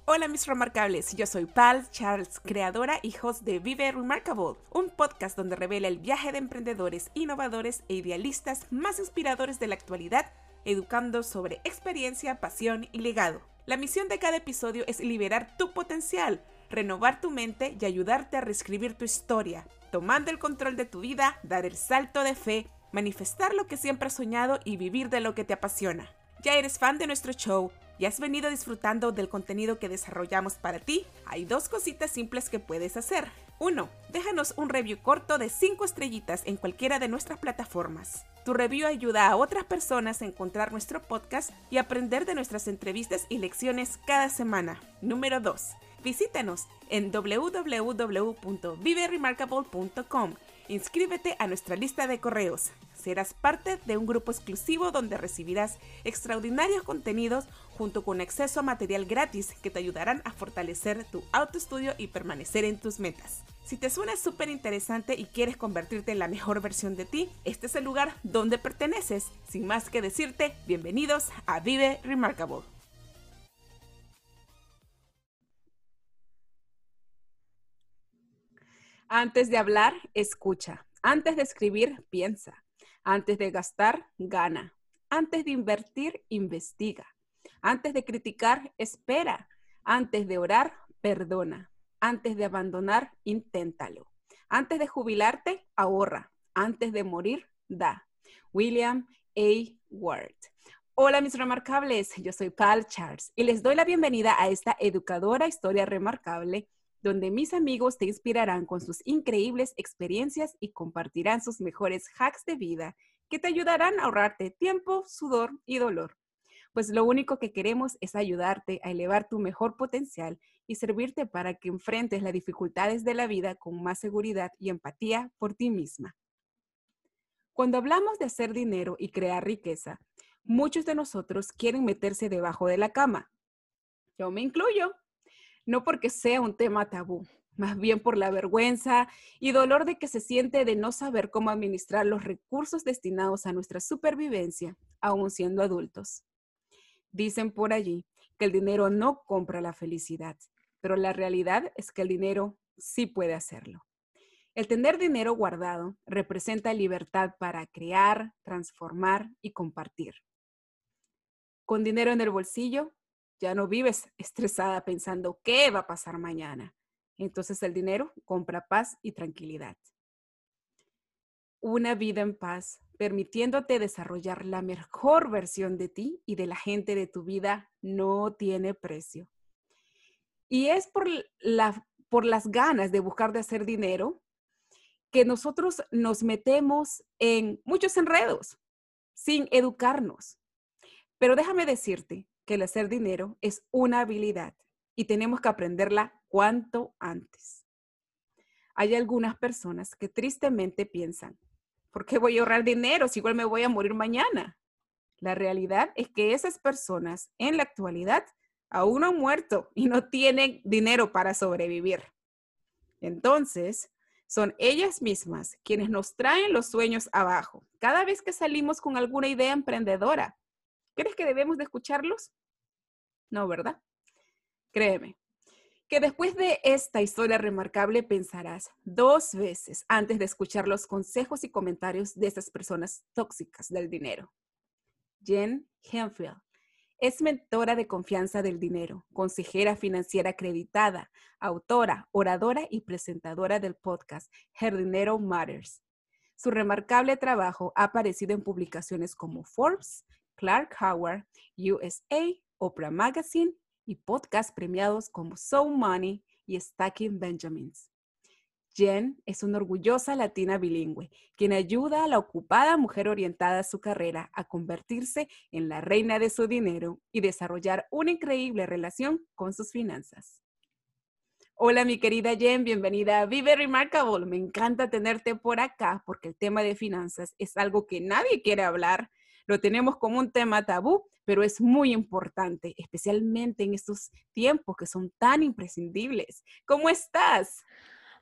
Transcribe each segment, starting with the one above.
Hola mis remarkables, yo soy Pal Charles, creadora y host de Vive Remarkable, un podcast donde revela el viaje de emprendedores, innovadores e idealistas más inspiradores de la actualidad, educando sobre experiencia, pasión y legado. La misión de cada episodio es liberar tu potencial, renovar tu mente y ayudarte a reescribir tu historia, tomando el control de tu vida, dar el salto de fe, manifestar lo que siempre has soñado y vivir de lo que te apasiona. ¿Ya eres fan de nuestro show y has venido disfrutando del contenido que desarrollamos para ti? Hay 2 cositas simples que puedes hacer. 1. Déjanos un review corto de 5 estrellitas en cualquiera de nuestras plataformas. Tu review ayuda a otras personas a encontrar nuestro podcast y aprender de nuestras entrevistas y lecciones cada semana. Número 2. Visítanos en www.viveremarkable.com. Inscríbete a nuestra lista de correos. Serás parte de un grupo exclusivo donde recibirás extraordinarios contenidos junto con acceso a material gratis que te ayudarán a fortalecer tu autoestudio y permanecer en tus metas. Si te suena súper interesante y quieres convertirte en la mejor versión de ti, este es el lugar donde perteneces. Sin más que decirte, bienvenidos a Vive Remarkable. Antes de hablar, escucha. Antes de escribir, piensa. Antes de gastar, gana. Antes de invertir, investiga. Antes de criticar, espera. Antes de orar, perdona. Antes de abandonar, inténtalo. Antes de jubilarte, ahorra. Antes de morir, da. William A. Ward. Hola mis remarkables, yo soy Pal Charles y les doy la bienvenida a esta educadora historia remarkable donde mis amigos te inspirarán con sus increíbles experiencias y compartirán sus mejores hacks de vida que te ayudarán a ahorrarte tiempo, sudor y dolor. Pues lo único que queremos es ayudarte a elevar tu mejor potencial y servirte para que enfrentes las dificultades de la vida con más seguridad y empatía por ti misma. Cuando hablamos de hacer dinero y crear riqueza, muchos de nosotros quieren meterse debajo de la cama. Yo me incluyo. No porque sea un tema tabú, más bien por la vergüenza y dolor de que se siente de no saber cómo administrar los recursos destinados a nuestra supervivencia, aún siendo adultos. Dicen por allí que el dinero no compra la felicidad, pero la realidad es que el dinero sí puede hacerlo. El tener dinero guardado representa libertad para crear, transformar y compartir. Con dinero en el bolsillo, ya no vives estresada pensando qué va a pasar mañana. Entonces el dinero compra paz y tranquilidad. Una vida en paz, permitiéndote desarrollar la mejor versión de ti y de la gente de tu vida, no tiene precio. Y es por las ganas de buscar de hacer dinero que nosotros nos metemos en muchos enredos sin educarnos. Pero déjame decirte que el hacer dinero es una habilidad y tenemos que aprenderla cuanto antes. Hay algunas personas que tristemente piensan, ¿por qué voy a ahorrar dinero si igual me voy a morir mañana? La realidad es que esas personas en la actualidad aún no han muerto y no tienen dinero para sobrevivir. Entonces, son ellas mismas quienes nos traen los sueños abajo cada vez que salimos con alguna idea emprendedora. ¿Crees que debemos de escucharlos? No, ¿verdad? Créeme, que después de esta historia remarkable pensarás 2 veces antes de escuchar los consejos y comentarios de estas personas tóxicas del dinero. Jen Henfield es mentora de confianza del dinero, consejera financiera acreditada, autora, oradora y presentadora del podcast Her Dinero Matters. Su remarcable trabajo ha aparecido en publicaciones como Forbes, Clark Howard, USA, Oprah Magazine y podcasts premiados como So Money y Stacking Benjamins. Jen es una orgullosa latina bilingüe, quien ayuda a la ocupada mujer orientada a su carrera a convertirse en la reina de su dinero y desarrollar una increíble relación con sus finanzas. Hola mi querida Jen, bienvenida a Vive Remarkable. Me encanta tenerte por acá porque el tema de finanzas es algo que nadie quiere hablar. Lo tenemos como un tema tabú, pero es muy importante, especialmente en estos tiempos que son tan imprescindibles. ¿Cómo estás?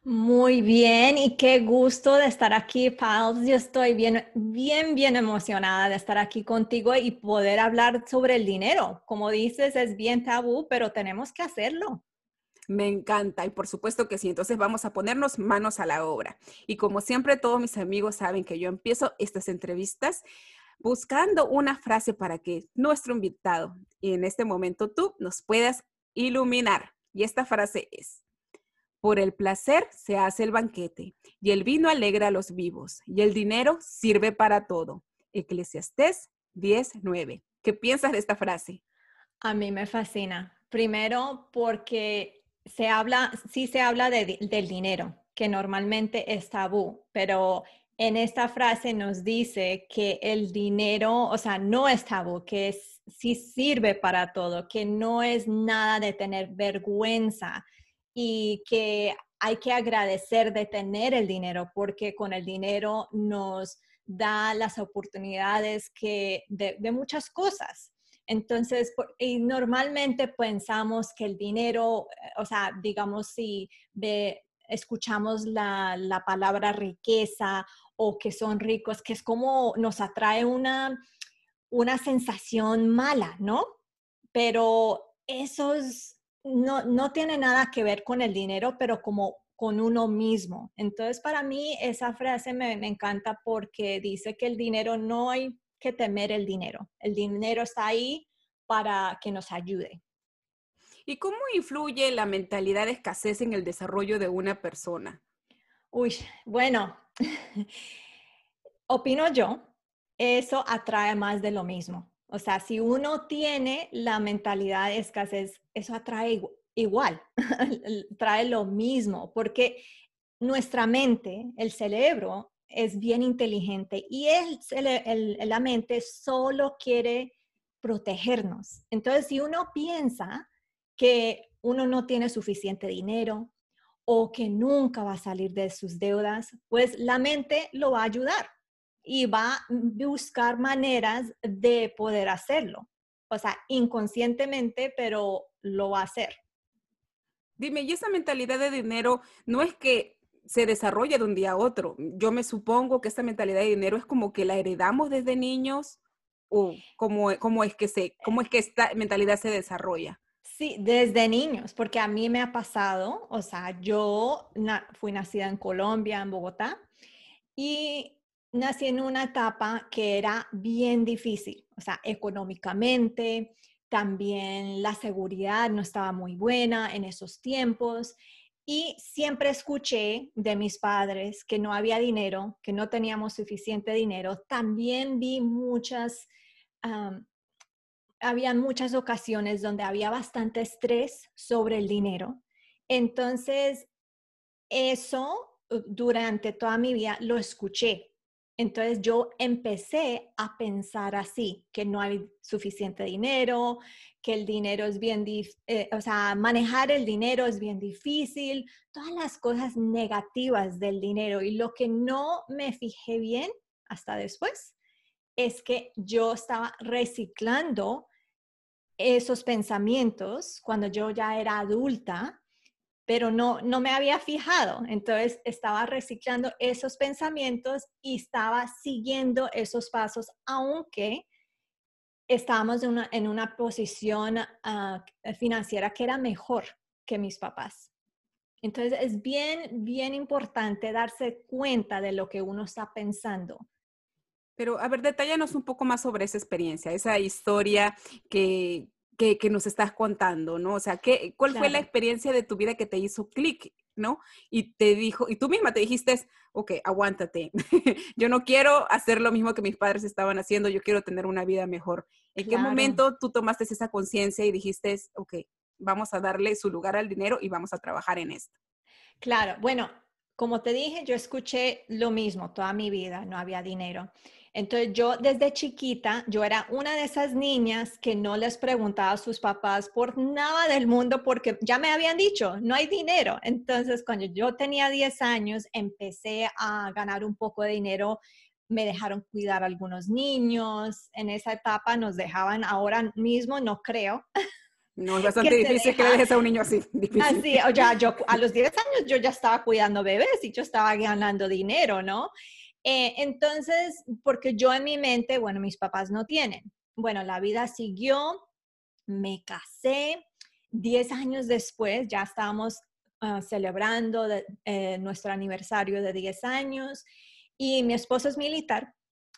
Muy bien, y qué gusto de estar aquí, Pals. Yo estoy bien emocionada de estar aquí contigo y poder hablar sobre el dinero. Como dices, es bien tabú, pero tenemos que hacerlo. Me encanta y por supuesto que sí. Entonces vamos a ponernos manos a la obra. Y como siempre, todos mis amigos saben que yo empiezo estas entrevistas buscando una frase para que nuestro invitado, y en este momento tú, nos puedas iluminar. Y esta frase es: por el placer se hace el banquete, y el vino alegra a los vivos, y el dinero sirve para todo. Eclesiastés 10:9. ¿Qué piensas de esta frase? A mí me fascina. Primero, porque sí se habla del dinero, que normalmente es tabú, pero en esta frase nos dice que el dinero, o sea, no es tabú, sí sirve para todo, que no es nada de tener vergüenza y que hay que agradecer de tener el dinero, porque con el dinero nos da las oportunidades de muchas cosas. Entonces, y normalmente pensamos que el dinero, o sea, digamos, si escuchamos la palabra riqueza o que son ricos, que es como nos atrae una sensación mala, ¿no? Pero no tiene nada que ver con el dinero, pero como con uno mismo. Entonces, para mí, esa frase me encanta porque dice que el dinero no hay que temer el dinero. El dinero está ahí para que nos ayude. ¿Y cómo influye la mentalidad de escasez en el desarrollo de una persona? Uy, bueno, opino yo, eso atrae más de lo mismo. O sea, si uno tiene la mentalidad de escasez, eso atrae igual, trae lo mismo, porque nuestra mente, el cerebro, es bien inteligente y la mente solo quiere protegernos. Entonces, si uno piensa que uno no tiene suficiente dinero o que nunca va a salir de sus deudas, pues la mente lo va a ayudar y va a buscar maneras de poder hacerlo. O sea, inconscientemente, pero lo va a hacer. Dime, ¿y esa mentalidad de dinero no es que se desarrolla de un día a otro? Yo me supongo que esta mentalidad de dinero es como que la heredamos desde niños o cómo es que esta mentalidad se desarrolla. Sí, desde niños, porque a mí me ha pasado, o sea, yo fui nacida en Colombia, en Bogotá, y nací en una etapa que era bien difícil, o sea, económicamente, también la seguridad no estaba muy buena en esos tiempos, y siempre escuché de mis padres que no había dinero, que no teníamos suficiente dinero. También vi había muchas ocasiones donde había bastante estrés sobre el dinero. Entonces, eso durante toda mi vida lo escuché. Entonces yo empecé a pensar así, que no hay suficiente dinero, que el dinero es o sea, manejar el dinero es bien difícil, todas las cosas negativas del dinero. Y lo que no me fijé bien hasta después es que yo estaba reciclando esos pensamientos cuando yo ya era adulta, pero no me había fijado. Entonces estaba reciclando esos pensamientos y estaba siguiendo esos pasos, aunque estábamos en una posición financiera que era mejor que mis papás. Entonces es bien importante darse cuenta de lo que uno está pensando. Pero, a ver, detállanos un poco más sobre esa experiencia, esa historia que, que nos estás contando, ¿no? O sea, ¿cuál fue la Claro. experiencia de tu vida que te hizo clic, ¿no? Y te dijo, y tú misma te dijiste, ok, aguántate, yo no quiero hacer lo mismo que mis padres estaban haciendo, yo quiero tener una vida mejor. ¿En qué Claro. momento tú tomaste esa conciencia y dijiste, ok, vamos a darle su lugar al dinero y vamos a trabajar en esto? Claro, bueno, como te dije, yo escuché lo mismo toda mi vida, no había dinero. Entonces yo desde chiquita, yo era una de esas niñas que no les preguntaba a sus papás por nada del mundo porque ya me habían dicho, no hay dinero. Entonces cuando yo tenía 10 años, empecé a ganar un poco de dinero, me dejaron cuidar a algunos niños. En esa etapa nos dejaban ahora mismo, no creo, No, es bastante que se difícil que le deja dejes a un niño así, difícil. así, o ya yo a los 10 años yo ya estaba cuidando bebés y yo estaba ganando dinero, ¿no? Entonces, porque yo en mi mente, bueno, mis papás no tienen. Bueno, la vida siguió, me casé, 10 años después ya estábamos celebrando nuestro aniversario de 10 años y mi esposo es militar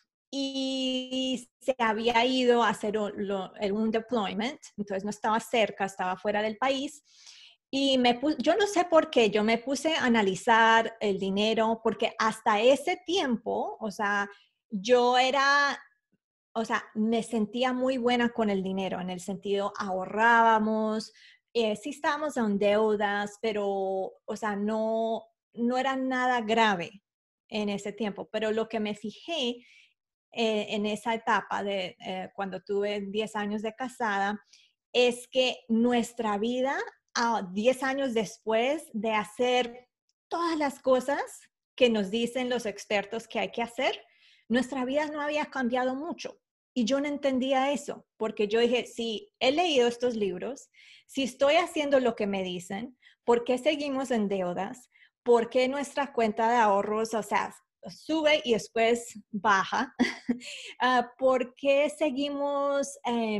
y se había ido a hacer un deployment, entonces no estaba cerca, estaba fuera del país. Y yo no sé por qué, yo me puse a analizar el dinero, porque hasta ese tiempo, o sea, yo era, o sea, me sentía muy buena con el dinero, en el sentido ahorrábamos, sí estábamos en deudas, pero, o sea, no era nada grave en ese tiempo. Pero lo que me fijé en esa etapa de cuando tuve 10 años de casada, es que nuestra vida, 10 años después de hacer todas las cosas que nos dicen los expertos que hay que hacer, nuestra vida no había cambiado mucho. Y yo no entendía eso, porque yo dije, si he leído estos libros, si estoy haciendo lo que me dicen, ¿por qué seguimos en deudas? ¿Por qué nuestra cuenta de ahorros, o sea, sube y después baja? ¿Por qué seguimos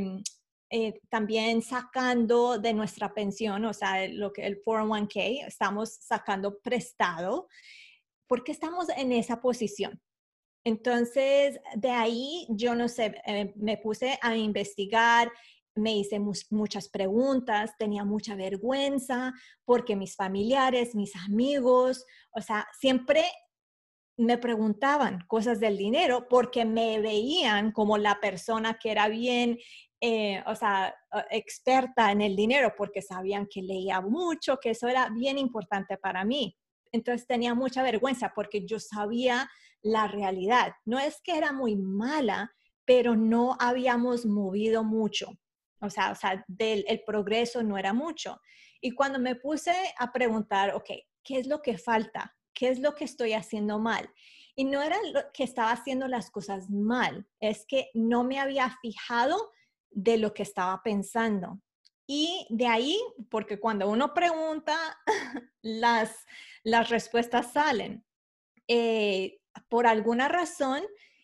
también sacando de nuestra pensión, o sea, lo que el 401k, estamos sacando prestado? ¿Por qué estamos en esa posición? Entonces, de ahí, yo no sé, me puse a investigar, me hice muchas preguntas, tenía mucha vergüenza porque mis familiares, mis amigos, o sea, siempre me preguntaban cosas del dinero porque me veían como la persona que era bien, o sea, experta en el dinero, porque sabían que leía mucho, que eso era bien importante para mí. Entonces tenía mucha vergüenza porque yo sabía la realidad. No es que era muy mala, pero no habíamos movido mucho. O sea, el progreso no era mucho. Y cuando me puse a preguntar, ok, ¿qué es lo que falta? ¿Qué es lo que estoy haciendo mal? Y no era lo que estaba haciendo las cosas mal, es que no me había fijado de lo que estaba pensando. Y de ahí, porque cuando uno pregunta, las, las respuestas salen. Por alguna razón,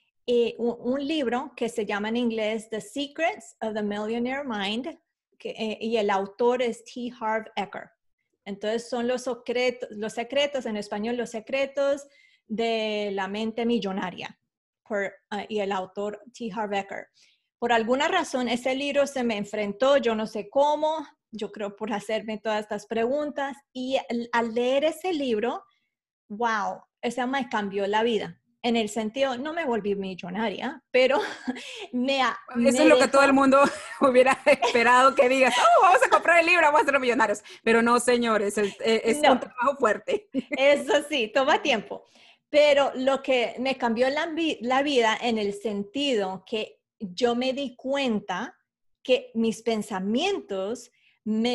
un libro que se llama en inglés The Secrets of the Millionaire Mind, y el autor es T. Harv Eker. Entonces son los secretos en español, los secretos de la mente millonaria, y el autor T. Harv Eker. Por alguna razón ese libro se me enfrentó, yo no sé cómo, yo creo por hacerme todas estas preguntas, y al leer ese libro, wow, ese me cambió la vida. En el sentido, no me volví millonaria, pero Eso es me lo que todo el dejó. mundo hubiera esperado que digas, oh, vamos a comprar el libro, vamos a ser millonarios. Pero no, señores, es un No, trabajo fuerte. eso sí, toma tiempo. Pero lo que me cambió la vida en el sentido que yo me di cuenta que mis pensamientos me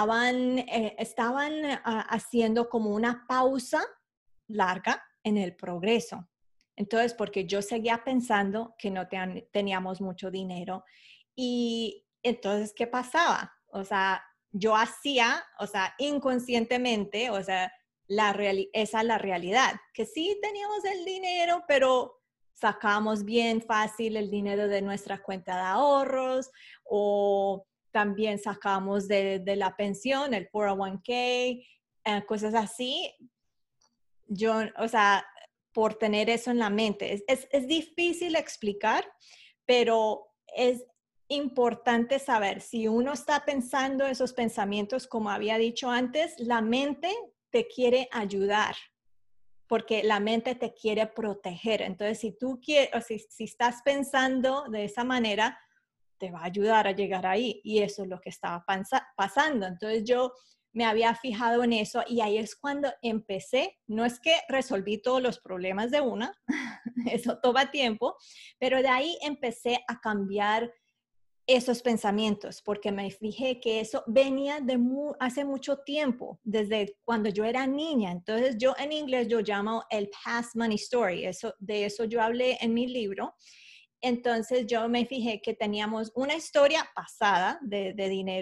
estaban haciendo como una pausa larga en el progreso. Entonces, porque yo seguía pensando que no teníamos mucho dinero. Y entonces, ¿qué pasaba? O sea, yo hacía, o sea, inconscientemente, o sea, esa es la realidad, que sí teníamos el dinero, pero sacamos bien fácil el dinero de nuestra cuenta de ahorros, o también sacamos de la pensión, el 401k, cosas así. Yo, o sea, por tener eso en la mente. Es difícil explicar, pero es importante saber si uno está pensando esos pensamientos, como había dicho antes, la mente te quiere ayudar porque la mente te quiere proteger. Entonces, si tú quieres, o si estás pensando de esa manera, te va a ayudar a llegar ahí. Y eso es lo que estaba pasando. Entonces, yo me había fijado en eso y ahí es cuando empecé. No es que resolví todos los problemas de una, eso toma tiempo, pero de ahí empecé a cambiar esos pensamientos, porque me fijé que eso venía de hace mucho tiempo, desde cuando yo era niña. Entonces yo en inglés yo llamo el past money story, de eso yo hablé en mi libro. Entonces yo me fijé que teníamos una historia pasada de dinero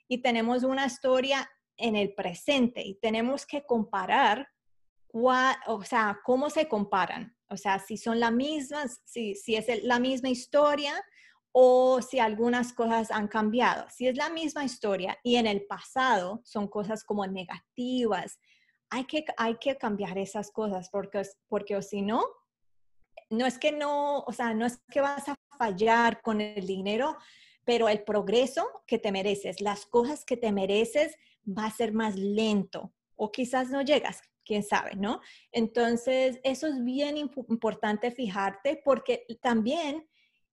y tenemos una historia en el presente y tenemos que comparar, o sea, cómo se comparan. O sea, si son las mismas, si es la misma historia o si algunas cosas han cambiado. Si es la misma historia y en el pasado son cosas como negativas, hay que cambiar esas cosas porque o si no, no es que no, o sea, no es que vas a fallar con el dinero, pero el progreso que te mereces, las cosas que te mereces va a ser más lento o quizás no llegas, quién sabe, ¿no? Entonces, eso es bien importante fijarte porque también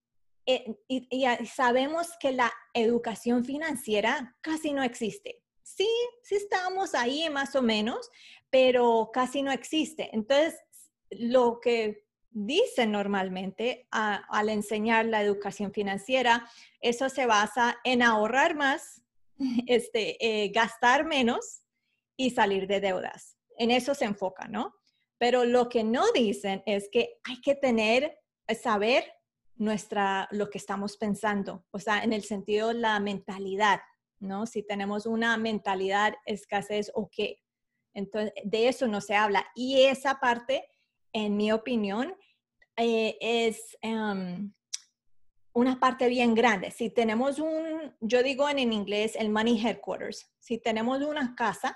y sabemos que la educación financiera casi no existe. Sí, sí estamos ahí más o menos, pero casi no existe. Entonces, lo que dicen normalmente al enseñar la educación financiera, eso se basa en ahorrar más, gastar menos y salir de deudas. En eso se enfoca, ¿no? Pero lo que no dicen es que hay que saber lo que estamos pensando, o sea, en el sentido de la mentalidad, ¿no? Si tenemos una mentalidad escasez o qué. Entonces, de eso no se habla. Y esa parte, en mi opinión, es una parte bien grande. Si tenemos yo digo en inglés, el money headquarters, si tenemos una casa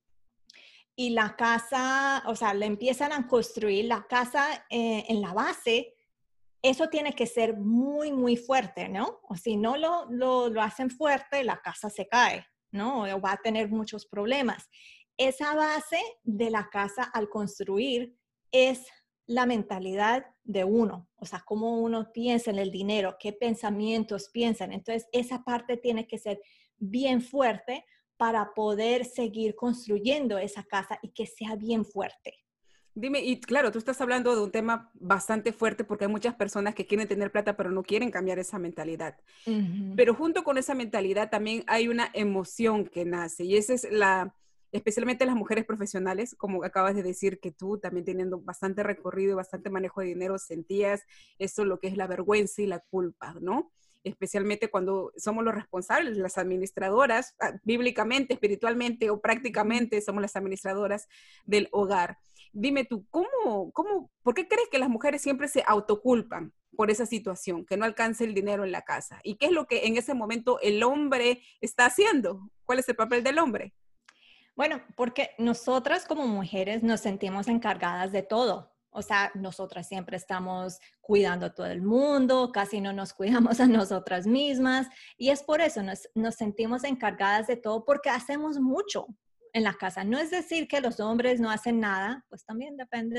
y la casa, o sea, le empiezan a construir la casa en la base, eso tiene que ser muy, muy fuerte, ¿no? O si no lo hacen fuerte, la casa se cae, ¿no? O va a tener muchos problemas. Esa base de la casa al construir es la mentalidad de uno, o sea, cómo uno piensa en el dinero, qué pensamientos piensan. Entonces, esa parte tiene que ser bien fuerte para poder seguir construyendo esa casa y que sea bien fuerte. Dime, y claro, tú estás hablando de un tema bastante fuerte porque hay muchas personas que quieren tener plata pero no quieren cambiar esa mentalidad. Uh-huh. Pero junto con esa mentalidad también hay una emoción que nace y esa es especialmente las mujeres profesionales, como acabas de decir que tú también teniendo bastante recorrido y bastante manejo de dinero sentías eso lo que es la vergüenza y la culpa, ¿no? Especialmente cuando somos los responsables, las administradoras, bíblicamente, espiritualmente o prácticamente somos las administradoras del hogar. Dime tú, ¿por qué crees que las mujeres siempre se autoculpan por esa situación, que no alcance el dinero en la casa? ¿Y qué es lo que en ese momento el hombre está haciendo? ¿Cuál es el papel del hombre? Bueno, porque nosotras como mujeres nos sentimos encargadas de todo. O sea, nosotras siempre estamos cuidando a todo el mundo, casi no nos cuidamos a nosotras mismas y es por eso nos sentimos encargadas de todo porque hacemos mucho en la casa. No es decir que los hombres no hacen nada, pues también depende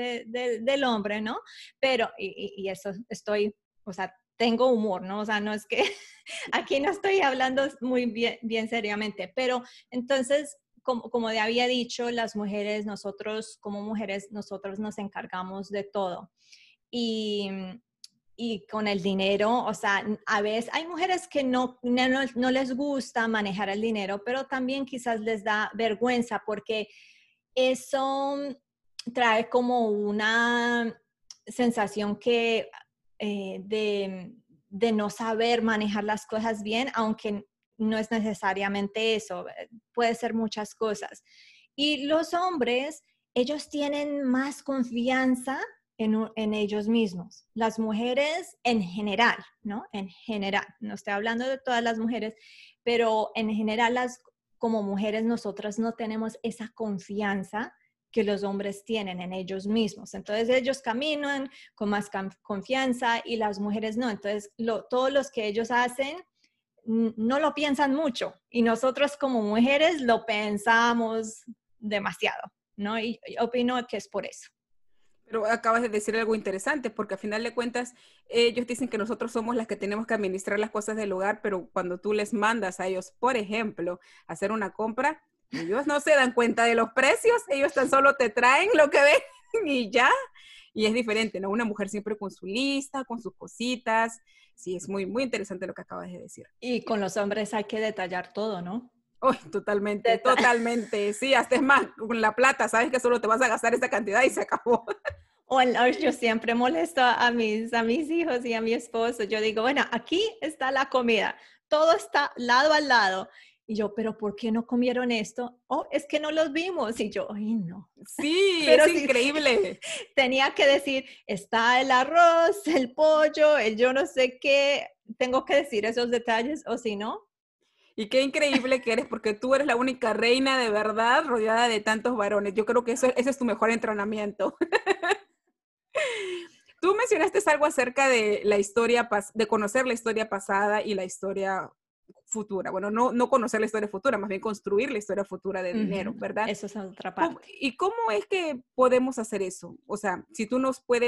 del hombre, ¿no? Pero, y eso estoy, o sea, tengo humor, ¿no? O sea, no es que aquí no estoy hablando muy bien seriamente, pero entonces como ya había dicho, las mujeres, nosotros como mujeres, nosotros nos encargamos de todo. Y, y con el dinero, o sea, a veces hay mujeres que no les gusta manejar el dinero, pero también quizás les da vergüenza porque eso trae como una sensación de no saber manejar las cosas bien, aunque no es necesariamente eso, puede ser muchas cosas. Y los hombres, ellos tienen más confianza en ellos mismos. Las mujeres en general, ¿no? En general, no estoy hablando de todas las mujeres, pero en general como mujeres nosotras no tenemos esa confianza que los hombres tienen en ellos mismos. Entonces ellos caminan con más confianza y las mujeres no. Entonces todos los que ellos hacen no lo piensan mucho y nosotros como mujeres lo pensamos demasiado, ¿no? Y opino que es por eso. Pero acabas de decir algo interesante, porque al final de cuentas, ellos dicen que nosotros somos las que tenemos que administrar las cosas del hogar, pero cuando tú les mandas a ellos, por ejemplo, hacer una compra, ellos no se dan cuenta de los precios, ellos tan solo te traen lo que ven y ya. Y es diferente, ¿no? Una mujer siempre con su lista, con sus cositas. Sí, es muy, muy interesante lo que acabas de decir. Y con los hombres hay que detallar todo, ¿no? Oh, totalmente, totalmente. Sí, hasta es más, con la plata, sabes que solo te vas a gastar esa cantidad y se acabó. Yo siempre molesto a mis hijos y a mi esposo. Yo digo, bueno, aquí está la comida, todo está lado a lado. Y yo, pero ¿por qué no comieron esto? Oh, es que no los vimos. Y yo, ay, no. Sí, Pero es sí, increíble. tenía que decir, está el arroz, el pollo, el yo no sé qué. Tengo que decir esos detalles o si no. Y qué increíble que eres, porque tú eres la única reina de verdad rodeada de tantos varones. Yo creo que ese es tu mejor entrenamiento. Tú mencionaste algo acerca de la historia, de conocer la historia pasada y la historia futura. Bueno, no conocer la historia futura, más bien construir la historia futura de dinero, Ujú, ¿verdad? eso es otra parte. ¿Y cómo es que podemos hacer eso? O sea, si tú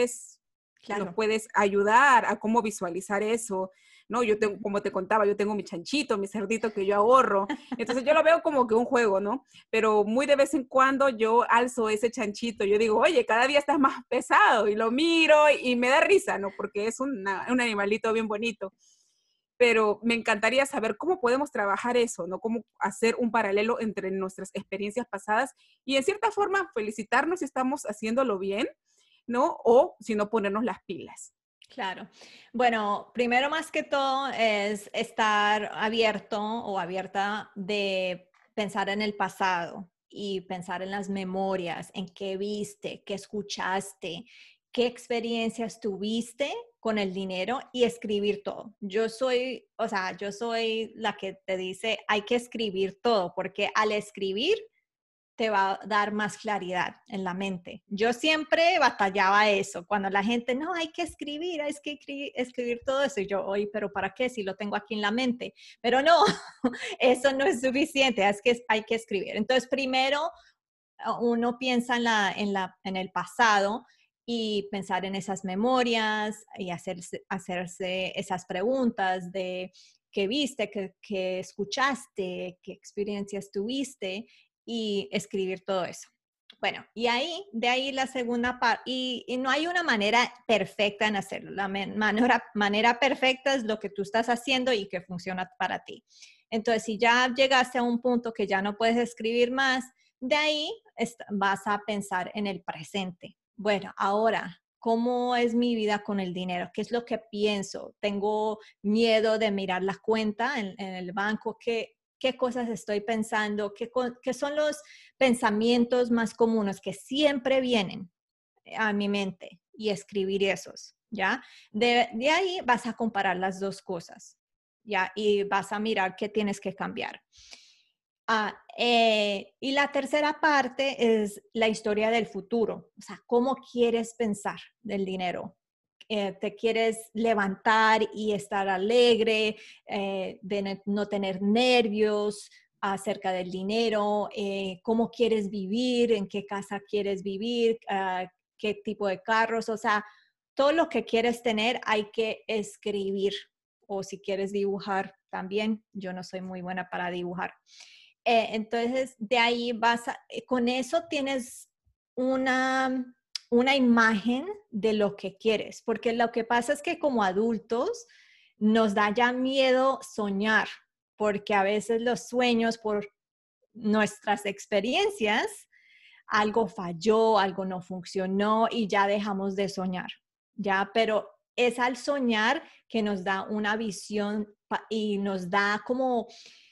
nos Claro. puedes ayudar a cómo visualizar eso, ¿no? Yo tengo, como te contaba, yo tengo mi chanchito, mi cerdito que yo ahorro. Entonces yo lo veo como que un juego, ¿no? Pero muy de vez en cuando yo alzo ese chanchito. Yo digo, oye, cada día estás más pesado y lo miro y me da risa, ¿no? Porque es un animalito bien bonito. Pero me encantaría saber cómo podemos trabajar eso, ¿no? Cómo hacer un paralelo entre nuestras experiencias pasadas y en cierta forma felicitarnos si estamos haciéndolo bien, ¿no? O si no ponernos las pilas. Claro. Bueno, primero más que todo es estar abierto o abierta de pensar en el pasado y pensar en las memorias, en qué viste, qué escuchaste, qué experiencias tuviste con el dinero y escribir todo. Yo soy, o sea, yo soy la que te dice, hay que escribir todo, porque al escribir te va a dar más claridad en la mente. Yo siempre batallaba eso, cuando la gente, no, hay que escribir, hay que escribir todo eso. Y yo, oye, pero ¿para qué si lo tengo aquí en la mente? Pero no, eso no es suficiente, es que hay que escribir. Entonces, primero uno piensa en el pasado y pensar en esas memorias y hacerse esas preguntas de qué viste, qué escuchaste, qué experiencias tuviste y escribir todo eso. Bueno, y de ahí la segunda parte, y no hay una manera perfecta en hacerlo. La manera perfecta es lo que tú estás haciendo y que funciona para ti. Entonces, si ya llegaste a un punto que ya no puedes escribir más, de ahí vas a pensar en el presente. Bueno, ahora, ¿cómo es mi vida con el dinero? ¿Qué es lo que pienso? ¿Tengo miedo de mirar la cuenta en el banco? ¿Qué cosas estoy pensando? ¿Qué son los pensamientos más comunes que siempre vienen a mi mente? Y escribir esos, ¿ya? De ahí vas a comparar las dos cosas, ¿ya? Y vas a mirar qué tienes que cambiar. Y la tercera parte es la historia del futuro, o sea, cómo quieres pensar del dinero. ¿Te quieres levantar y estar alegre, de no tener nervios acerca del dinero? ¿Cómo quieres vivir? ¿En qué casa quieres vivir? ¿Qué tipo de carros? O sea, todo lo que quieres tener hay que escribir. O si quieres dibujar también, yo no soy muy buena para dibujar. Entonces, de ahí con eso tienes una imagen de lo que quieres, porque lo que pasa es que como adultos nos da ya miedo soñar, porque a veces los sueños por nuestras experiencias, algo falló, algo no funcionó y ya dejamos de soñar, ¿ya? Pero es al soñar que nos da una visión y nos da como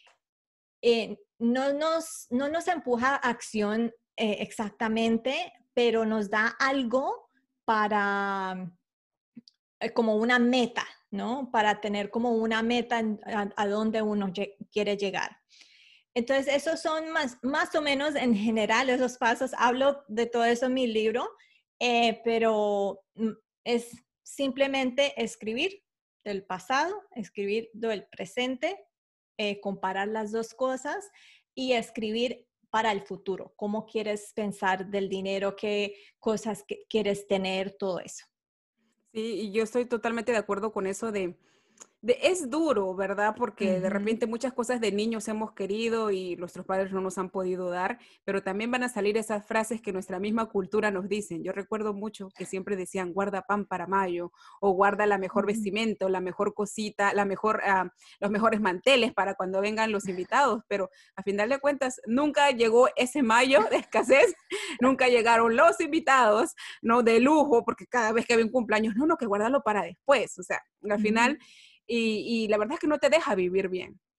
no nos empuja a acción exactamente, pero nos da algo para, como una meta, ¿no? Para tener como una meta a donde uno quiere llegar. Entonces, esos son más o menos en general esos pasos. Hablo de todo eso en mi libro, pero es simplemente escribir del pasado, escribir del presente, comparar las dos cosas y escribir para el futuro. ¿Cómo quieres pensar del dinero? ¿Qué cosas quieres tener? Todo eso. Sí, y yo estoy totalmente de acuerdo con eso es duro, ¿verdad? Porque de Ujú. repente muchas cosas de niños hemos querido y nuestros padres no nos han podido dar, pero también van a salir esas frases que nuestra misma cultura nos dicen. Yo recuerdo mucho que siempre decían, guarda pan para mayo, o guarda la mejor Ujú. vestimenta, o la mejor cosita, los mejores manteles para cuando vengan los invitados, pero a final de cuentas nunca llegó ese mayo de escasez, nunca llegaron los invitados, ¿no? De lujo, porque cada vez que había un cumpleaños, no, que guardarlo para después, o sea, al Ujú. final y la verdad es que no te deja vivir bien.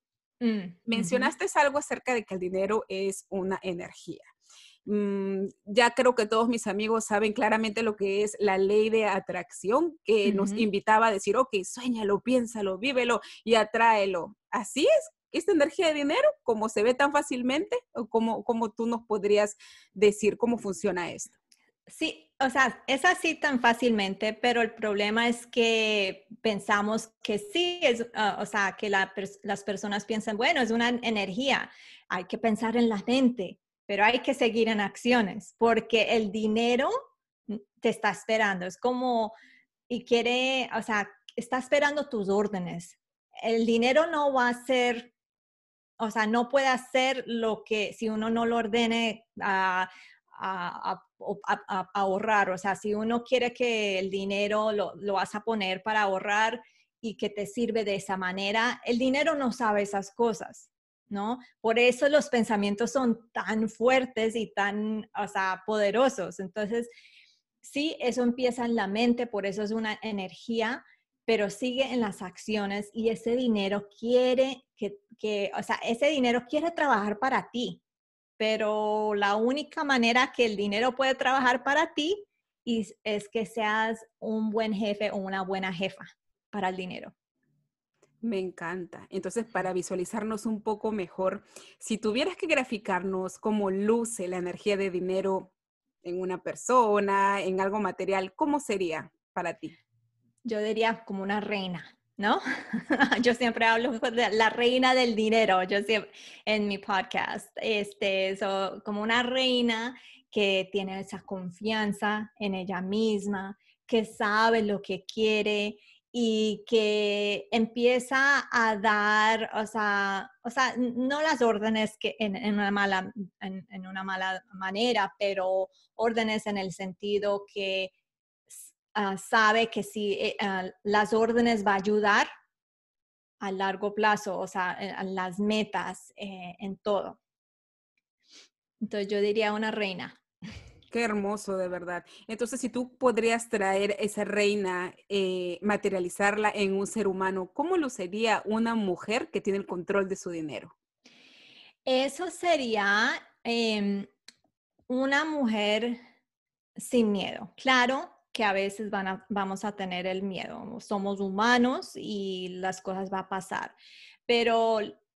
Ujú. Mencionaste algo acerca de que el dinero es una energía. Ya creo que todos mis amigos saben claramente lo que es la ley de atracción, que nos Ujú. invitaba a decir, ok, suéñalo, piénsalo, vívelo y atráelo. ¿Así es esta energía de dinero, como se ve tan fácilmente? ¿O cómo tú nos podrías decir cómo funciona esto? Sí, o sea, es así tan fácilmente, pero el problema es que pensamos que sí, o sea, que las personas piensan, bueno, es una energía, hay que pensar en la mente, pero hay que seguir en acciones, porque el dinero te está esperando, es como, y quiere, o sea, está esperando tus órdenes. El dinero no va a ser, o sea, no puede hacer lo que si uno no lo ordene a ahorrar. O sea, si uno quiere que el dinero lo vas a poner para ahorrar y que te sirve de esa manera, el dinero no sabe esas cosas, ¿no? Por eso los pensamientos son tan fuertes y tan, o sea, poderosos. Entonces, sí, eso empieza en la mente, por eso es una energía, pero sigue en las acciones y ese dinero quiere o sea, ese dinero quiere trabajar para ti, pero la única manera que el dinero puede trabajar para ti es que seas un buen jefe o una buena jefa para el dinero. Me encanta. Entonces, para visualizarnos un poco mejor, si tuvieras que graficarnos cómo luce la energía de dinero en una persona, en algo material, ¿cómo sería para ti? Yo diría como una reina, ¿no? Yo siempre hablo de la reina del dinero, yo siempre en mi podcast, como una reina que tiene esa confianza en ella misma, que sabe lo que quiere y que empieza a dar, no las órdenes que en una mala manera, pero órdenes en el sentido que sabe que si las órdenes va a ayudar a largo plazo, o sea, a las metas, en todo. Entonces yo diría una reina. Qué hermoso, de verdad. Entonces, si tú podrías traer esa reina, materializarla en un ser humano, ¿cómo luciría una mujer que tiene el control de su dinero? Eso sería una mujer sin miedo. Claro que a veces vamos a tener el miedo. Somos humanos y las cosas van a pasar. Pero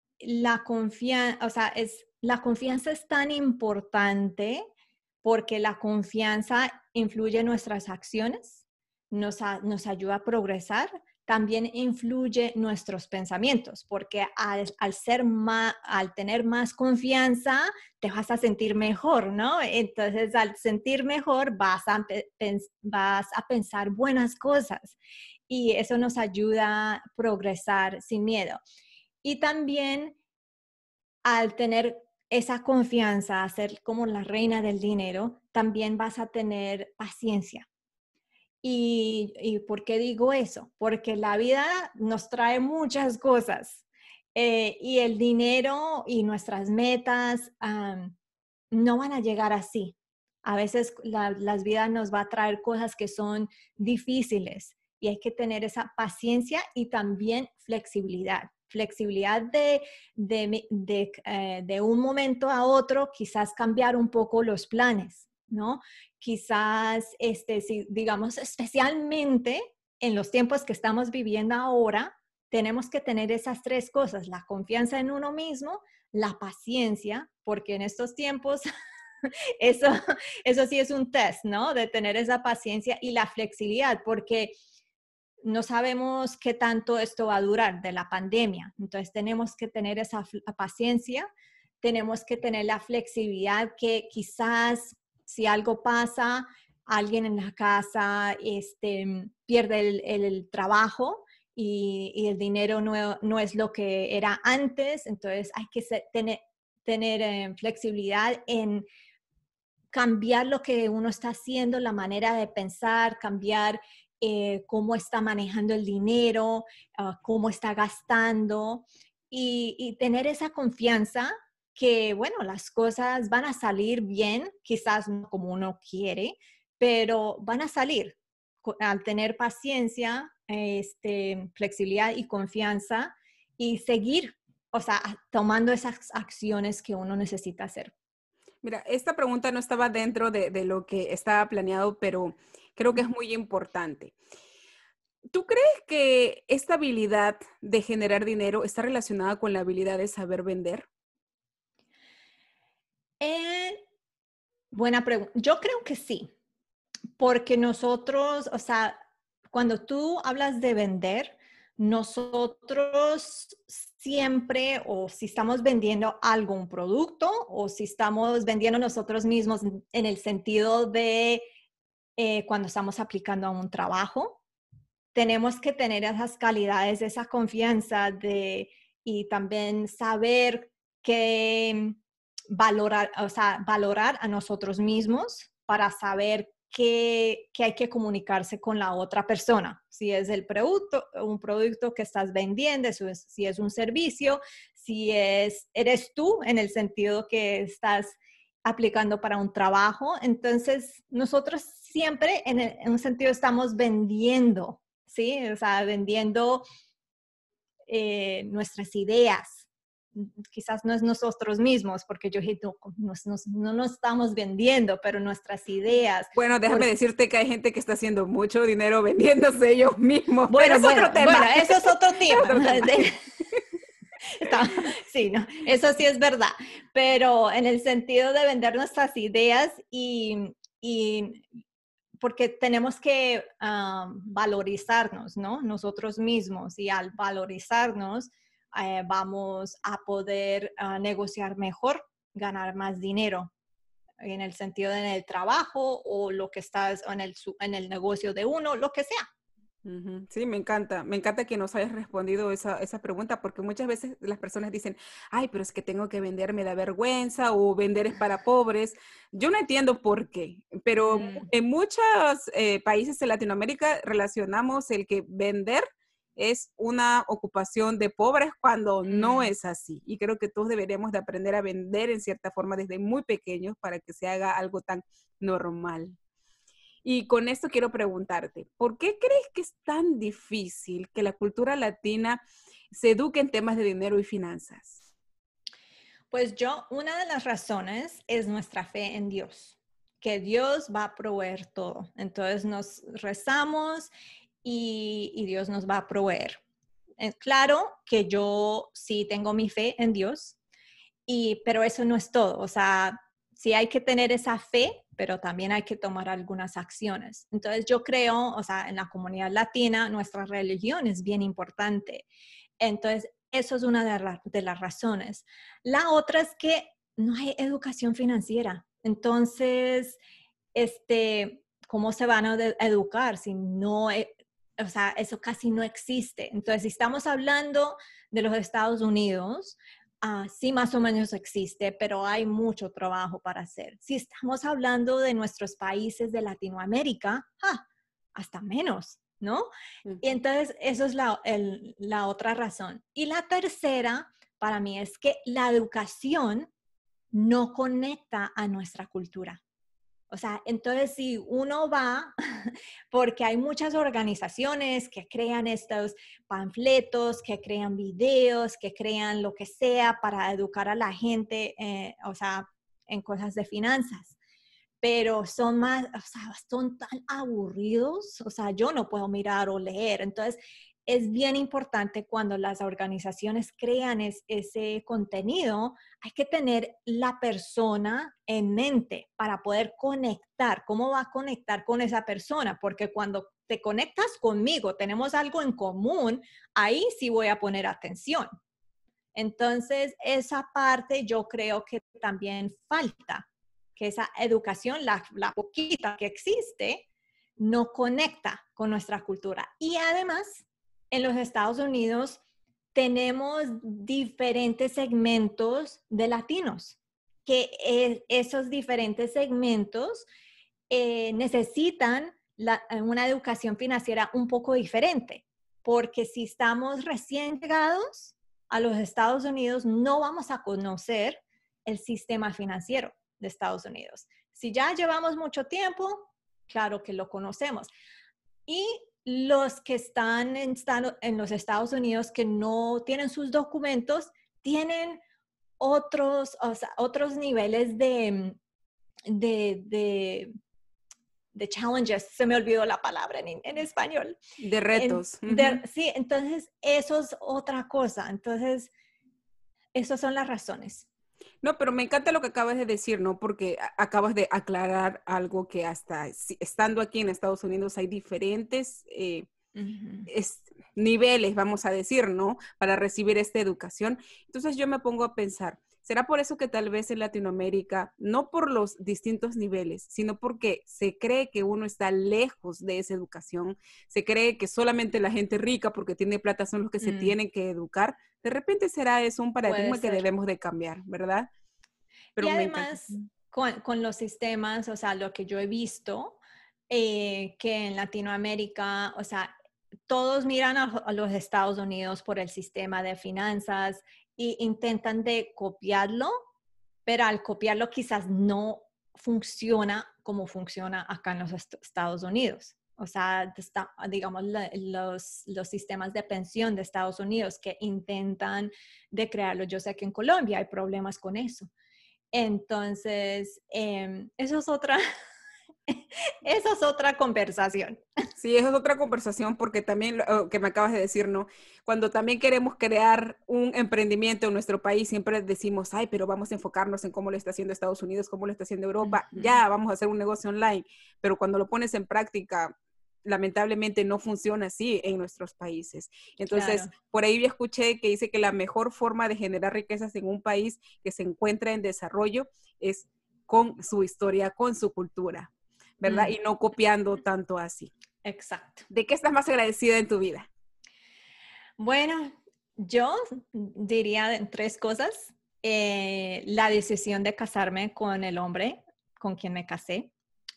la confianza es tan importante porque la confianza influye en nuestras acciones, nos ayuda a progresar, también influye nuestros pensamientos, porque al tener más confianza, te vas a sentir mejor, ¿no? Entonces, al sentir mejor, vas a pensar buenas cosas y eso nos ayuda a progresar sin miedo. Y también al tener esa confianza, a ser como la reina del dinero, también vas a tener paciencia. ¿Y por qué digo eso? Porque la vida nos trae muchas cosas y el dinero y nuestras metas no van a llegar así. A veces las vidas nos va a traer cosas que son difíciles y hay que tener esa paciencia y también flexibilidad. Flexibilidad de un momento a otro, quizás cambiar un poco los planes, ¿no? Quizás, si, digamos, especialmente en los tiempos que estamos viviendo ahora, tenemos que tener esas tres cosas, la confianza en uno mismo, la paciencia, porque en estos tiempos eso, eso sí es un test, ¿no? De tener esa paciencia y la flexibilidad, porque no sabemos qué tanto esto va a durar de la pandemia. Entonces tenemos que tener esa paciencia, tenemos que tener la flexibilidad que quizás si algo pasa, alguien en la casa pierde el trabajo y el dinero no es lo que era antes, entonces hay que tener flexibilidad en cambiar lo que uno está haciendo, la manera de pensar, cambiar cómo está manejando el dinero, cómo está gastando y tener esa confianza que, bueno, las cosas van a salir bien, quizás no como uno quiere, pero van a salir al tener paciencia, flexibilidad y confianza y seguir. o sea, tomando esas acciones que uno necesita hacer. Mira, esta pregunta no estaba dentro de lo que estaba planeado, pero creo que es muy importante. ¿Tú crees que esta habilidad de generar dinero está relacionada con la habilidad de saber vender? Eh, Buena pregunta. Yo creo que sí, porque nosotros, o sea, cuando tú hablas de vender, nosotros siempre, o si estamos vendiendo algo, un producto, o si estamos vendiendo nosotros mismos en el sentido de cuando estamos aplicando a un trabajo, tenemos que tener esas calidades, esa confianza y también saber que valorar, o sea, valorar a nosotros mismos para saber que hay que comunicarse con la otra persona. Si es el producto, un producto que estás vendiendo, si es un servicio, si eres tú en el sentido que estás aplicando para un trabajo. Entonces, nosotros siempre en un sentido estamos vendiendo, ¿sí? O sea, vendiendo nuestras ideas. Quizás no es nosotros mismos, porque yo dije, no nos estamos vendiendo, pero nuestras ideas. Bueno, déjame decirte que hay gente que está haciendo mucho dinero vendiéndose ellos mismos, pero Bueno, es otro tema. bueno, eso es otro Es tema. otro tema. Sí, no, eso sí es verdad, pero en el sentido de vender nuestras ideas y porque tenemos que valorizarnos, ¿no? Nosotros mismos y al valorizarnos vamos a poder negociar mejor, ganar más dinero en el sentido de en el trabajo o lo que estás en el negocio de uno, lo que sea. Ujú. Sí, me encanta que nos hayas respondido esa pregunta, porque muchas veces las personas dicen, ay, pero es que tengo que vender, me da vergüenza, o vender es para pobres. Yo no entiendo por qué, pero Mm, en muchos países de Latinoamérica relacionamos el que vender es una ocupación de pobres cuando no mm. es así. Y creo que todos deberíamos de aprender a vender en cierta forma desde muy pequeños para que se haga algo tan normal. Y con esto quiero preguntarte, ¿por qué crees que es tan difícil que la cultura latina se eduque en temas de dinero y finanzas? Pues una de las razones es nuestra fe en Dios, que Dios va a proveer todo. Entonces nos rezamos y Dios nos va a proveer. Claro que yo sí tengo mi fe en Dios, pero eso no es todo. O sea, sí hay que tener esa fe, pero también hay que tomar algunas acciones. Entonces yo creo, o sea, en la comunidad latina, nuestra religión es bien importante. Entonces, eso es una de las razones. La otra es que no hay educación financiera. Entonces, ¿cómo se van a educar si no, o sea, eso casi no existe? Entonces, si estamos hablando de los Estados Unidos, sí más o menos existe, pero hay mucho trabajo para hacer. Si estamos hablando de nuestros países de Latinoamérica, hasta menos, ¿no? Y Ujú. entonces, eso es la otra razón. Y la tercera, para mí, es que la educación no conecta a nuestra cultura. O sea, entonces si uno va, porque hay muchas organizaciones que crean estos panfletos, que crean videos, que crean lo que sea para educar a la gente, o sea, en cosas de finanzas, pero son más, o sea, son tan aburridos, o sea, yo no puedo mirar o leer. Entonces, es bien importante cuando las organizaciones crean ese contenido, hay que tener la persona en mente para poder conectar. ¿Cómo va a conectar con esa persona? Porque cuando te conectas conmigo, tenemos algo en común, ahí sí voy a poner atención. Entonces, esa parte yo creo que también falta, que esa educación, la poquita que existe, no conecta con nuestra cultura. Y además, en los Estados Unidos tenemos diferentes segmentos de latinos, que esos diferentes segmentos necesitan una educación financiera un poco diferente, porque si estamos recién llegados a los Estados Unidos, no vamos a conocer el sistema financiero de Estados Unidos. Si ya llevamos mucho tiempo, claro que lo conocemos. Y los que están en los Estados Unidos que no tienen sus documentos, tienen otros niveles de challenges, se me olvidó la palabra en español. De retos. Sí, entonces eso es otra cosa. Entonces, esas son las razones. No, pero me encanta lo que acabas de decir, ¿no? Porque acabas de aclarar algo que hasta estando aquí en Estados Unidos hay diferentes niveles, vamos a decir, ¿no? Para recibir esta educación. Entonces yo me pongo a pensar, ¿será por eso que tal vez en Latinoamérica, no por los distintos niveles, sino porque se cree que uno está lejos de esa educación, se cree que solamente la gente rica porque tiene plata son los que se tienen que educar? De repente será eso un Puede paradigma que ser. debemos de cambiar, ¿verdad? Y Pero me encanta. además, con los sistemas, o sea, lo que yo he visto, que en Latinoamérica, o sea, todos miran a los Estados Unidos por el sistema de finanzas e intentan de copiarlo, pero al copiarlo quizás no funciona como funciona acá en los Estados Unidos. O sea, digamos, los sistemas de pensión de Estados Unidos que intentan de crearlo. Yo sé que en Colombia hay problemas con eso. Entonces, eso es otra, esa es otra conversación. Sí, eso es otra conversación porque también lo que me acabas de decir, ¿no? Cuando también queremos crear un emprendimiento en nuestro país, siempre decimos, ay, pero vamos a enfocarnos en cómo lo está haciendo Estados Unidos, cómo lo está haciendo Europa, ya vamos a hacer un negocio online, pero cuando lo pones en práctica, lamentablemente no funciona así en nuestros países. Entonces, Claro. por ahí yo escuché que dice que la mejor forma de generar riquezas en un país que se encuentra en desarrollo es con su historia, con su cultura, ¿verdad? Y no copiando tanto así. Exacto. ¿De qué estás más agradecida en tu vida? Bueno, yo diría tres cosas. La decisión de casarme con el hombre con quien me casé,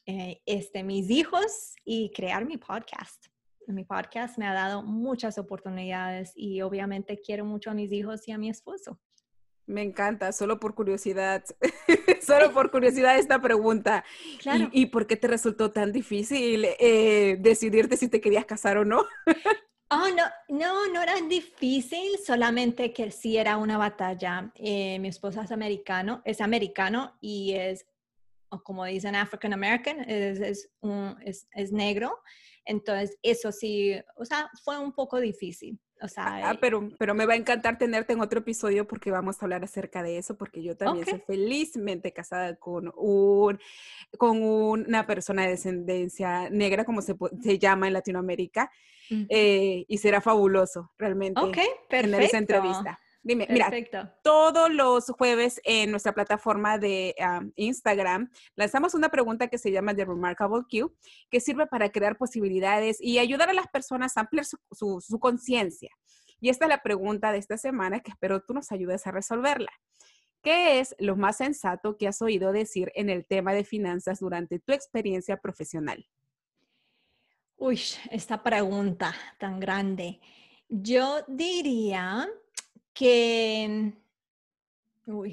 mis hijos y crear mi podcast. Mi podcast me ha dado muchas oportunidades y obviamente quiero mucho a mis hijos y a mi esposo. Me encanta, solo por curiosidad, solo por curiosidad esta pregunta. Claro. ¿Y por qué te resultó tan difícil decidirte si te querías casar o no? Oh, no era difícil, solamente que sí era una batalla. Mi esposo es americano y es, o como dicen, African American, es negro. Entonces, eso sí, o sea, fue un poco difícil. O sea, Pero me va a encantar tenerte en otro episodio porque vamos a hablar acerca de eso, porque yo también ok. soy felizmente casada con una persona de descendencia negra, como se llama en Latinoamérica, Ujú. y será fabuloso Ok, realmente tener esa perfecto. entrevista. Dime, mira, Perfecto. todos los jueves en nuestra plataforma de Instagram lanzamos una pregunta que se llama The Remarkable Q, que sirve para crear posibilidades y ayudar a las personas a ampliar su conciencia. Y esta es la pregunta de esta semana que espero tú nos ayudes a resolverla. ¿Qué es lo más sensato que has oído decir en el tema de finanzas durante tu experiencia profesional? Uy, esta pregunta tan grande. Yo diría que, uy,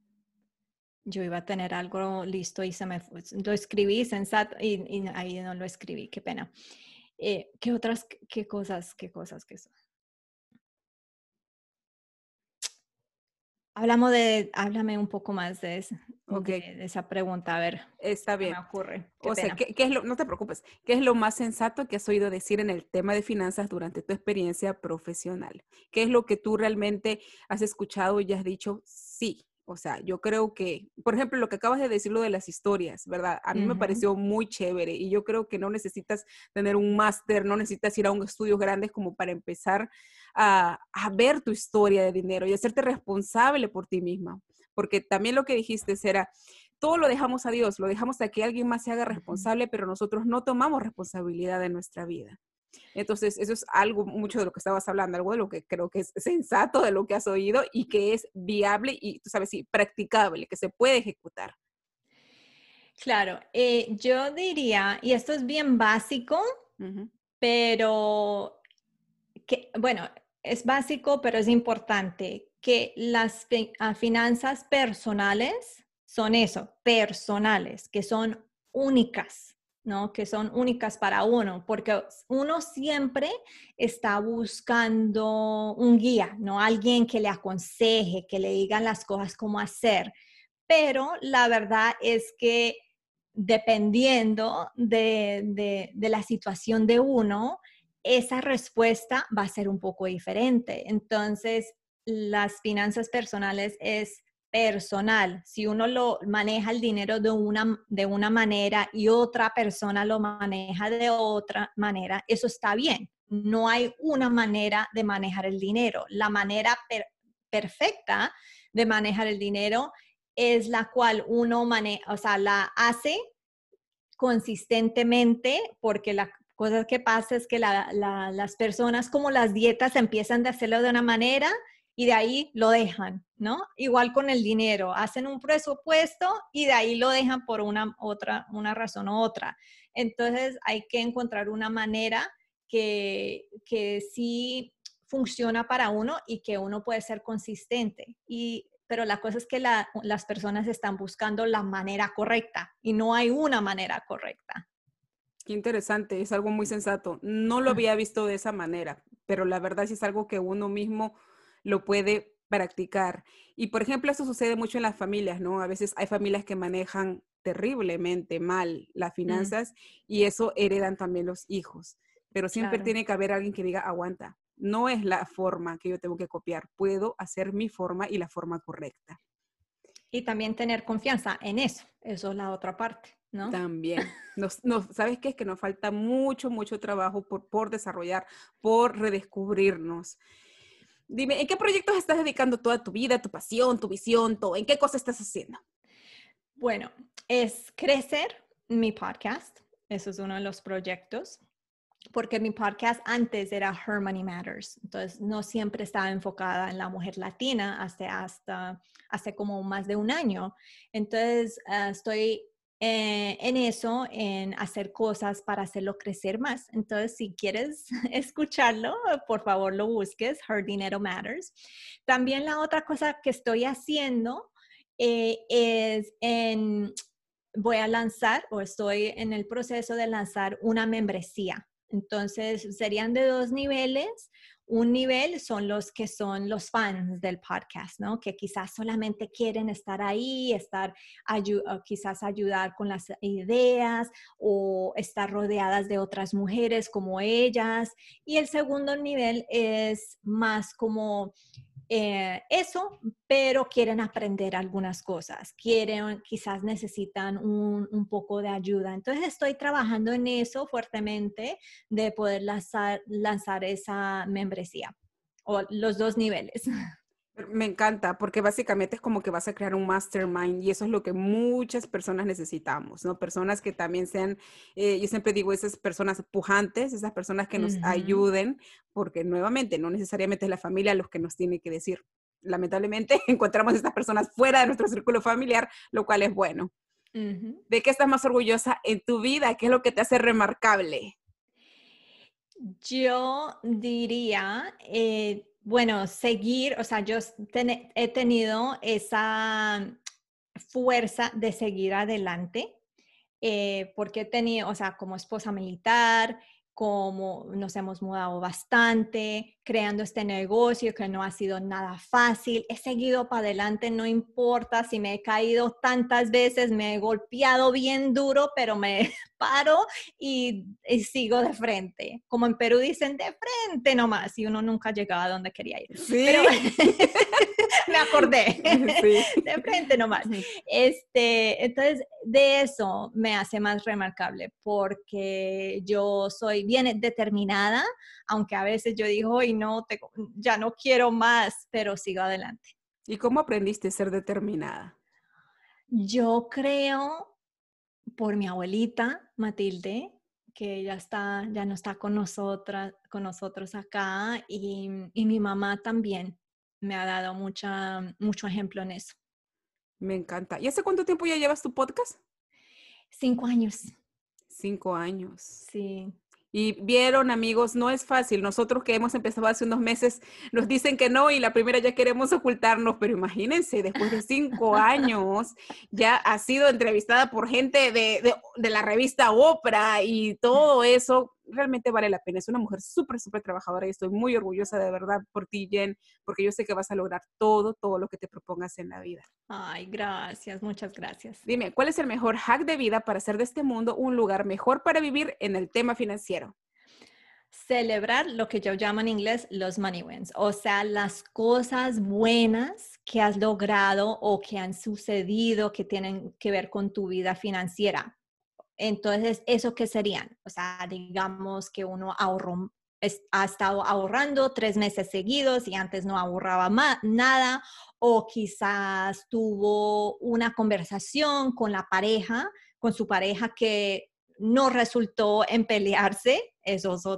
yo iba a tener algo listo y se me fue. Lo escribí sensato y ahí no lo escribí, qué pena. ¿Qué otras, qué son? Háblame un poco más Ok, de esa pregunta, a ver si está se me bien. ocurre. Qué O sea, pena. no te preocupes, ¿qué es lo más sensato que has oído decir en el tema de finanzas durante tu experiencia profesional? ¿Qué es lo que tú realmente has escuchado y has dicho sí? O sea, yo creo que, por ejemplo, lo que acabas de decir, lo de las historias, ¿verdad? A mí me Ujú. pareció muy chévere y yo creo que no necesitas tener un máster, no necesitas ir a un estudios grandes como para empezar a ver tu historia de dinero y hacerte responsable por ti misma. Porque también lo que dijiste era, todo lo dejamos a Dios, lo dejamos a que alguien más se haga Ujú. responsable, pero nosotros no tomamos responsabilidad de nuestra vida. Entonces, eso es algo, mucho de lo que estabas hablando, algo de lo que creo que es sensato de lo que has oído y que es viable y, tú sabes, sí, practicable, que se puede ejecutar. Claro, yo diría, y esto es bien básico, Ujú. pero que, bueno, es básico, pero es importante que las finanzas personales son eso, personales, que son únicas. ¿no? Que son únicas para uno, porque uno siempre está buscando un guía, ¿no? Alguien que le aconseje, que le digan las cosas cómo hacer. Pero la verdad es que dependiendo de la situación de uno, esa respuesta va a ser un poco diferente. Entonces, las finanzas personales es personal. Si uno lo maneja el dinero de una manera y otra persona lo maneja de otra manera, eso está bien. No hay una manera de manejar el dinero. La manera perfecta de manejar el dinero es la cual uno maneja, o sea, la hace consistentemente, porque la cosa que pasa es que las personas, como las dietas, empiezan de hacerlo de una manera y de ahí lo dejan, ¿no? Igual con el dinero, hacen un presupuesto y de ahí lo dejan por una razón u otra. Entonces hay que encontrar una manera que sí funciona para uno y que uno puede ser consistente. Pero la cosa es que las personas están buscando la manera correcta y no hay una manera correcta. Qué interesante, es algo muy sensato. No lo había visto de esa manera, pero la verdad sí es algo que uno mismo lo puede practicar. Y por ejemplo, eso sucede mucho en las familias, ¿no? A veces hay familias que manejan terriblemente mal las finanzas y eso heredan también los hijos. Pero siempre Claro. tiene que haber alguien que diga, aguanta, no es la forma que yo tengo que copiar, puedo hacer mi forma y la forma correcta. Y también tener confianza en eso. Eso es la otra parte, ¿no? También. ¿Sabes qué? Es que nos falta mucho, mucho trabajo por desarrollar, por redescubrirnos. Dime, ¿en qué proyectos estás dedicando toda tu vida, tu pasión, tu visión, todo? ¿En qué cosa estás haciendo? Bueno, es crecer mi podcast. Eso es uno de los proyectos. Porque mi podcast antes era Her Money Matters, entonces no siempre estaba enfocada en la mujer latina hasta hace como más de un año. Entonces estoy en eso, en hacer cosas para hacerlo crecer más. Entonces, si quieres escucharlo, por favor lo busques, Her Dinero Matters. También la otra cosa que estoy haciendo voy a lanzar o estoy en el proceso de lanzar una membresía. Entonces, serían de dos niveles. Un nivel son los que son los fans del podcast, ¿no? Que quizás solamente quieren estar ahí, quizás ayudar con las ideas o estar rodeadas de otras mujeres como ellas. Y el segundo nivel es más como eso, pero quieren aprender algunas cosas, quizás necesitan un poco de ayuda. Entonces estoy trabajando en eso fuertemente de poder lanzar esa membresía o los dos niveles. Me encanta, porque básicamente es como que vas a crear un mastermind y eso es lo que muchas personas necesitamos, ¿no? Personas que también sean, yo siempre digo, esas personas pujantes, esas personas que nos Ujú, ayuden, porque nuevamente no necesariamente es la familia los que nos tiene que decir. Lamentablemente encontramos estas personas fuera de nuestro círculo familiar, lo cual es bueno. ujú. ¿De qué estás más orgullosa en tu vida? ¿Qué es lo que te hace remarcable? Yo diría, bueno, seguir, o sea, he tenido esa fuerza de seguir adelante porque he tenido, o sea, como esposa militar, como nos hemos mudado bastante, creando este negocio que no ha sido nada fácil. He seguido para adelante, no importa si me he caído tantas veces, me he golpeado bien duro, pero me paro y sigo de frente. Como en Perú dicen, de frente nomás, y uno nunca llegaba a donde quería ir. Pero Sí, me acordé, sí. de frente nomás. Entonces, de eso me hace más remarcable, porque yo soy bien determinada, aunque a veces yo digo, hoy no, ya no quiero más, pero sigo adelante. ¿Y cómo aprendiste a ser determinada? Yo creo por mi abuelita, Matilde, que ya no está con nosotros acá, y mi mamá también me ha dado mucho ejemplo en eso. Me encanta. ¿Y hace cuánto tiempo ya llevas tu podcast? 5 años, 5 años. sí. Y vieron, amigos, no es fácil. Nosotros que hemos empezado hace unos meses, nos dicen que no y la primera ya queremos ocultarnos, pero imagínense, después de 5 años, ya ha sido entrevistada por gente de la revista Oprah y todo eso, realmente vale la pena. Es una mujer súper, súper trabajadora y estoy muy orgullosa de verdad por ti, Jen, porque yo sé que vas a lograr todo lo que te propongas en la vida. Ay, gracias, muchas gracias. Dime, ¿cuál es el mejor hack de vida para hacer de este mundo un lugar mejor para vivir en el tema financiero? Celebrar lo que yo llamo en inglés los money wins, o sea, las cosas buenas que has logrado o que han sucedido que tienen que ver con tu vida financiera. Entonces, ¿eso qué serían? O sea, digamos que uno ahorró, ha estado ahorrando 3 meses seguidos y antes no ahorraba nada, o quizás tuvo una conversación con la pareja, con su pareja que no resultó en pelearse. Eso es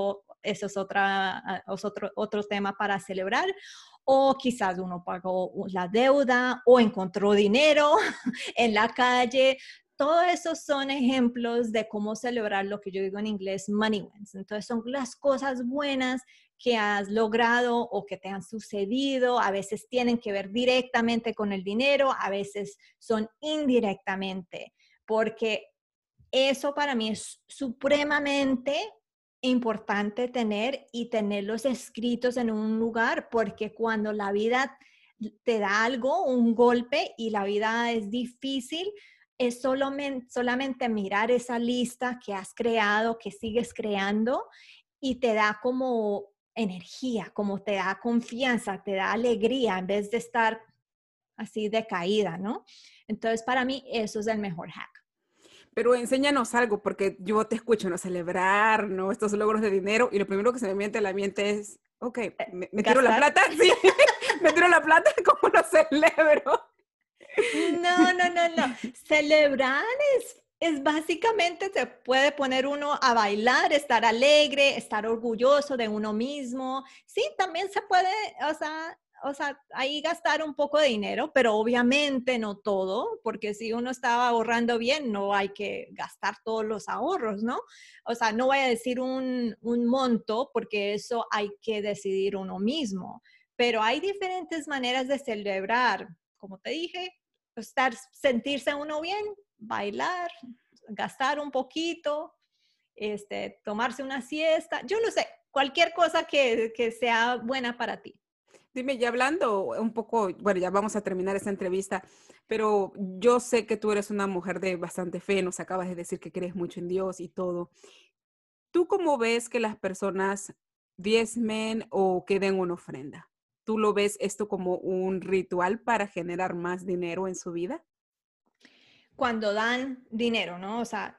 otro tema para celebrar. O quizás uno pagó la deuda o encontró dinero en la calle. Todos esos son ejemplos de cómo celebrar lo que yo digo en inglés money wins. Entonces son las cosas buenas que has logrado o que te han sucedido. A veces tienen que ver directamente con el dinero, a veces son indirectamente, porque eso para mí es supremamente importante tener y tenerlos escritos en un lugar, porque cuando la vida te da algo, un golpe y la vida es difícil, es solamente mirar esa lista que has creado, que sigues creando y te da como energía, como te da confianza, te da alegría en vez de estar así decaída, ¿no? Entonces, para mí eso es el mejor hack. Pero enséñanos algo, porque yo te escucho, ¿no? Celebrar, ¿no? Estos logros de dinero y lo primero que se me viene a la mente es, ok, ¿me tiro la ¿Gastar? plata? Sí, me tiro la plata, ¿cómo lo celebro? No, no, no, no. Celebrar es básicamente, se puede poner uno a bailar, estar alegre, estar orgulloso de uno mismo. Sí, también se puede, ahí gastar un poco de dinero, pero obviamente no todo, porque si uno estaba ahorrando bien, no hay que gastar todos los ahorros, ¿no? O sea, no voy a decir un monto, porque eso hay que decidir uno mismo. Pero hay diferentes maneras de celebrar. Como te dije, sentirse uno bien, bailar, gastar un poquito, tomarse una siesta, yo no sé, cualquier cosa que sea buena para ti. Dime, ya hablando un poco, bueno, ya vamos a terminar esta entrevista, pero yo sé que tú eres una mujer de bastante fe, nos acabas de decir que crees mucho en Dios y todo. ¿Tú cómo ves que las personas diezmen o que den una ofrenda? ¿Tú lo ves esto como un ritual para generar más dinero en su vida? Cuando dan dinero, ¿no? O sea,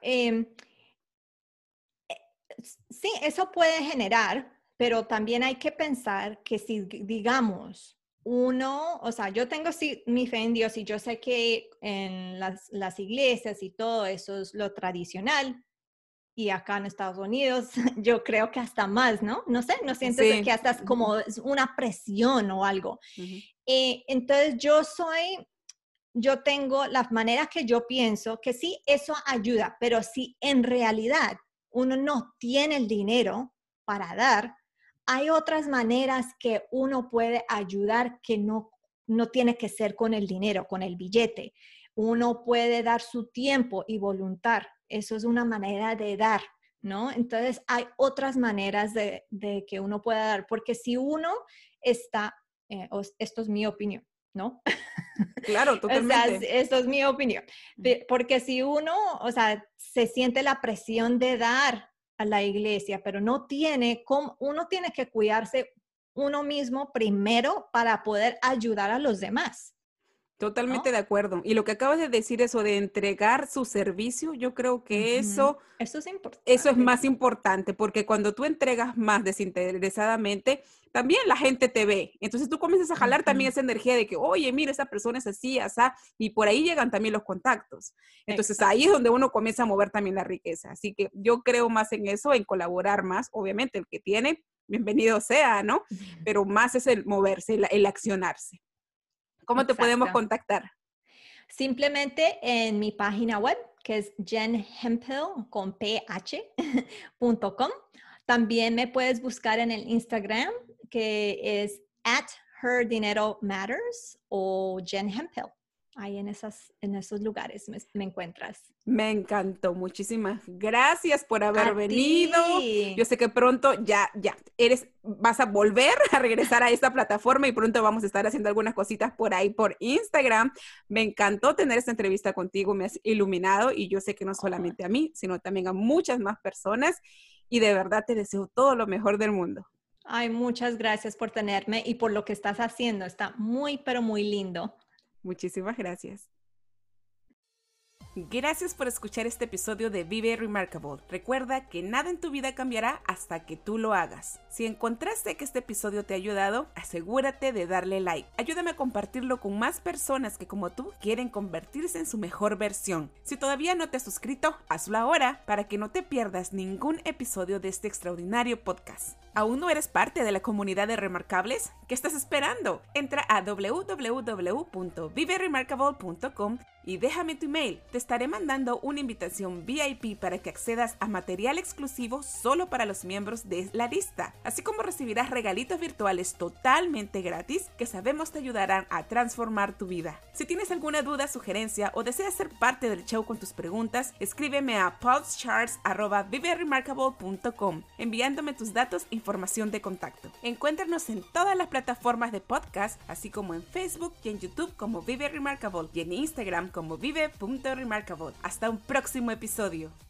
sí, eso puede generar, pero también hay que pensar que si, digamos, uno, o sea, yo tengo sí, mi fe en Dios y yo sé que en las iglesias y todo eso es lo tradicional, y acá en Estados Unidos, yo creo que hasta más, ¿no? No sé, ¿no sientes que Sí. hasta es como es una presión o algo? Ujú. Entonces yo tengo las maneras que yo pienso que sí, eso ayuda, pero si en realidad uno no tiene el dinero para dar, hay otras maneras que uno puede ayudar que no tiene que ser con el dinero, con el billete. Uno puede dar su tiempo y voluntad. Eso es una manera de dar, ¿no? Entonces hay otras maneras de que uno pueda dar, porque si uno está, esto es mi opinión, ¿no? Claro, O sea, totalmente. esto es mi opinión. Porque si uno, o sea, se siente la presión de dar a la iglesia, pero no tiene, uno tiene que cuidarse uno mismo primero para poder ayudar a los demás, Totalmente ¿no? de acuerdo. Y lo que acabas de decir, eso de entregar su servicio, yo creo que Ujú. eso Eso es Eso es importante más también. importante porque cuando tú entregas más desinteresadamente, también la gente te ve. Entonces tú comienzas a jalar también Ujú. esa energía de que, oye, mira, esa persona es así, asá, y por ahí llegan también los contactos. Entonces ahí es Exacto. donde uno comienza a mover también la riqueza. Así que yo creo más en eso, en colaborar más. Obviamente el que tiene, bienvenido sea, ¿no? Pero más es el moverse, el accionarse. ¿Cómo te podemos Exacto. contactar? Simplemente en mi página web, que es jenhemphill.com. También me puedes buscar en el Instagram, que es @herdineromatters o Jen Hemphill. Ahí en esos lugares me encuentras. Me encantó. Muchísimas gracias por haber A venido. ti. Yo sé que pronto vas a volver a regresar a esta plataforma y pronto vamos a estar haciendo algunas cositas por ahí por Instagram. Me encantó tener esta entrevista contigo. Me has iluminado y yo sé que no solamente a mí, sino también a muchas más personas. Y de verdad te deseo todo lo mejor del mundo. Ay, muchas gracias por tenerme y por lo que estás haciendo. Está muy, pero muy lindo. Muchísimas gracias. Gracias por escuchar este episodio de Vive Remarkable. Recuerda que nada en tu vida cambiará hasta que tú lo hagas. Si encontraste que este episodio te ha ayudado, asegúrate de darle like. Ayúdame a compartirlo con más personas que como tú quieren convertirse en su mejor versión. Si todavía no te has suscrito, hazlo ahora para que no te pierdas ningún episodio de este extraordinario podcast. ¿Aún no eres parte de la comunidad de Remarkables? ¿Qué estás esperando? Entra a www.viveremarkable.com y déjame tu email. Te estaré mandando una invitación VIP para que accedas a material exclusivo solo para los miembros de la lista, así como recibirás regalitos virtuales totalmente gratis que sabemos te ayudarán a transformar tu vida. Si tienes alguna duda, sugerencia o deseas ser parte del show con tus preguntas, escríbeme a pulsecharts@viveremarkable.com enviándome tus datos e información de contacto. Encuéntranos en todas las plataformas de podcast, así como en Facebook y en YouTube como Vive Remarkable y en Instagram como vive.remarkable. Hasta un próximo episodio.